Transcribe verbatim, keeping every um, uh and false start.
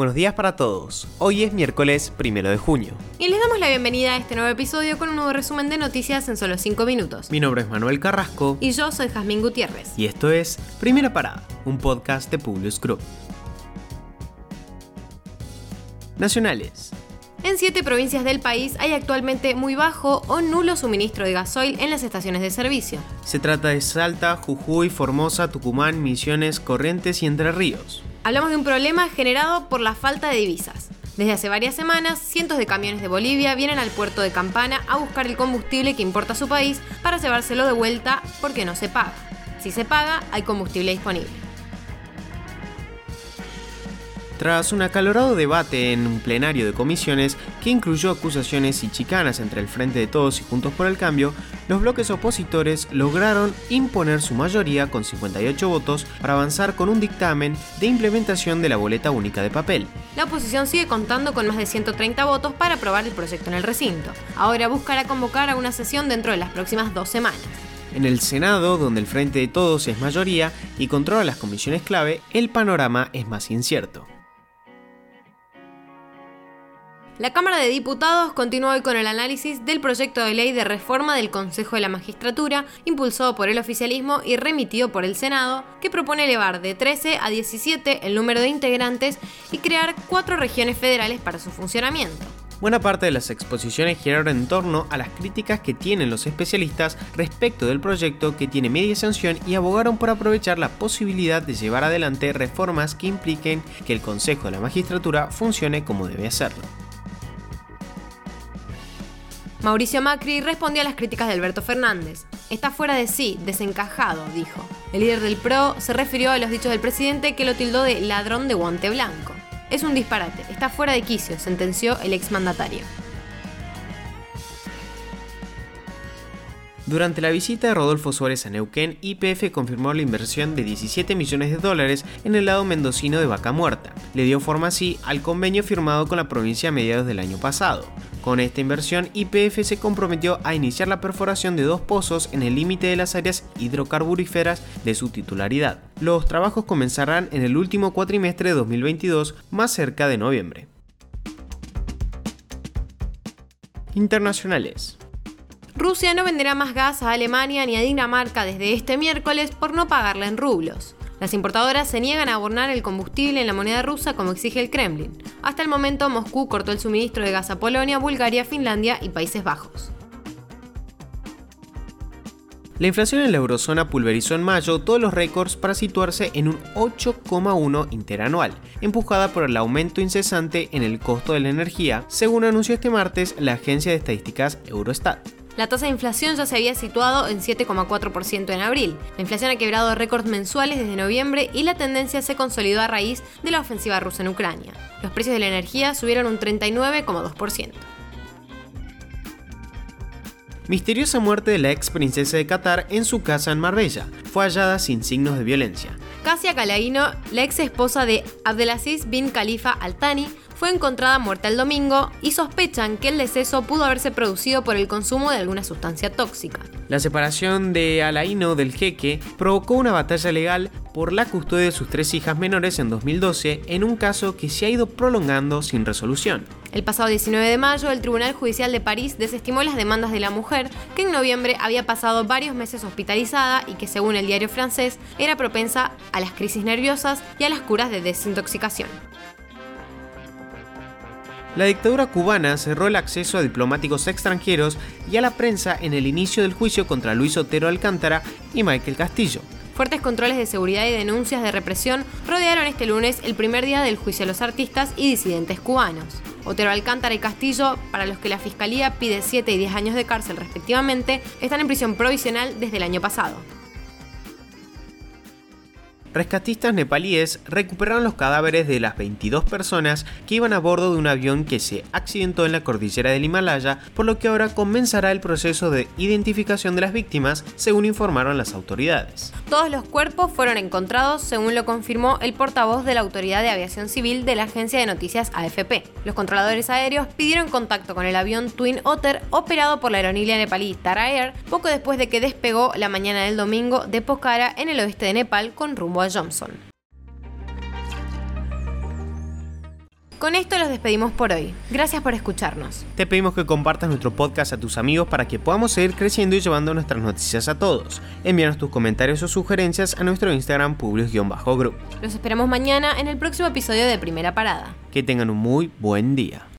Buenos días para todos. Hoy es miércoles primero de junio. Y les damos la bienvenida a este nuevo episodio con un nuevo resumen de noticias en solo cinco minutos. Mi nombre es Manuel Carrasco. Y yo soy Jazmín Gutiérrez. Y esto es Primera Parada, un podcast de Publius Group. Nacionales. En siete provincias del país hay actualmente muy bajo o nulo suministro de gasoil en las estaciones de servicio. Se trata de Salta, Jujuy, Formosa, Tucumán, Misiones, Corrientes y Entre Ríos. Hablamos de un problema generado por la falta de divisas. Desde hace varias semanas, cientos de camiones de Bolivia vienen al puerto de Campana a buscar el combustible que importa su país para llevárselo de vuelta porque no se paga. Si se paga, hay combustible disponible. Tras un acalorado debate en un plenario de comisiones que incluyó acusaciones y chicanas entre el Frente de Todos y Juntos por el Cambio, los bloques opositores lograron imponer su mayoría con cincuenta y ocho votos para avanzar con un dictamen de implementación de la boleta única de papel. La oposición sigue contando con más de ciento treinta votos para aprobar el proyecto en el recinto. Ahora buscará convocar a una sesión dentro de las próximas dos semanas. En el Senado, donde el Frente de Todos es mayoría y controla las comisiones clave, el panorama es más incierto. La Cámara de Diputados continúa hoy con el análisis del proyecto de ley de reforma del Consejo de la Magistratura, impulsado por el oficialismo y remitido por el Senado, que propone elevar de trece a diecisiete el número de integrantes y crear cuatro regiones federales para su funcionamiento. Buena parte de las exposiciones giraron en torno a las críticas que tienen los especialistas respecto del proyecto, que tiene media sanción, y abogaron por aprovechar la posibilidad de llevar adelante reformas que impliquen que el Consejo de la Magistratura funcione como debe hacerlo. Mauricio Macri respondió a las críticas de Alberto Fernández. Está fuera de sí, desencajado, dijo. El líder del P R O se refirió a los dichos del presidente, que lo tildó de ladrón de guante blanco. Es un disparate, está fuera de quicio, sentenció el exmandatario. Durante la visita de Rodolfo Suárez a Neuquén, Y P F confirmó la inversión de diecisiete millones de dólares en el lado mendocino de Vaca Muerta. Le dio forma así al convenio firmado con la provincia a mediados del año pasado. Con esta inversión, Y P F se comprometió a iniciar la perforación de dos pozos en el límite de las áreas hidrocarburíferas de su titularidad. Los trabajos comenzarán en el último cuatrimestre de dos mil veintidós, más cerca de noviembre. Internacionales. Rusia no venderá más gas a Alemania ni a Dinamarca desde este miércoles por no pagarla en rublos. Las importadoras se niegan a abonar el combustible en la moneda rusa como exige el Kremlin. Hasta el momento, Moscú cortó el suministro de gas a Polonia, Bulgaria, Finlandia y Países Bajos. La inflación en la eurozona pulverizó en mayo todos los récords para situarse en un ocho coma uno interanual, empujada por el aumento incesante en el costo de la energía, según anunció este martes la agencia de estadísticas Eurostat. La tasa de inflación ya se había situado en siete coma cuatro por ciento en abril. La inflación ha quebrado récords mensuales desde noviembre y la tendencia se consolidó a raíz de la ofensiva rusa en Ucrania. Los precios de la energía subieron un treinta y nueve coma dos por ciento. Misteriosa muerte de la ex princesa de Qatar en su casa en Marbella. Fue hallada sin signos de violencia. Kasia Kalaino, la ex esposa de Abdelaziz bin Khalifa Al Thani, fue encontrada muerta el domingo y sospechan que el deceso pudo haberse producido por el consumo de alguna sustancia tóxica. La separación de Alaino del jeque provocó una batalla legal por la custodia de sus tres hijas menores en dos mil doce, en un caso que se ha ido prolongando sin resolución. El pasado diecinueve de mayo, el Tribunal Judicial de París desestimó las demandas de la mujer, que en noviembre había pasado varios meses hospitalizada y que, según el diario francés, era propensa a las crisis nerviosas y a las curas de desintoxicación. La dictadura cubana cerró el acceso a diplomáticos extranjeros y a la prensa en el inicio del juicio contra Luis Otero Alcántara y Michael Castillo. Fuertes controles de seguridad y denuncias de represión rodearon este lunes el primer día del juicio a los artistas y disidentes cubanos. Otero Alcántara y Castillo, para los que la Fiscalía pide siete y diez años de cárcel respectivamente, están en prisión provisional desde el año pasado. Rescatistas nepalíes recuperaron los cadáveres de las veintidós personas que iban a bordo de un avión que se accidentó en la cordillera del Himalaya, por lo que ahora comenzará el proceso de identificación de las víctimas, según informaron las autoridades. Todos los cuerpos fueron encontrados, según lo confirmó el portavoz de la Autoridad de Aviación Civil de la agencia de noticias A F P. Los controladores aéreos pidieron contacto con el avión Twin Otter, operado por la aerolínea nepalí Tara Air, poco después de que despegó la mañana del domingo de Pokhara, en el oeste de Nepal, con rumbo a Johnson. Con esto los despedimos por hoy. Gracias por escucharnos. Te pedimos que compartas nuestro podcast a tus amigos para que podamos seguir creciendo y llevando nuestras noticias a todos. Envíanos tus comentarios o sugerencias a nuestro Instagram publius-group. Los esperamos mañana en el próximo episodio de Primera Parada. Que tengan un muy buen día.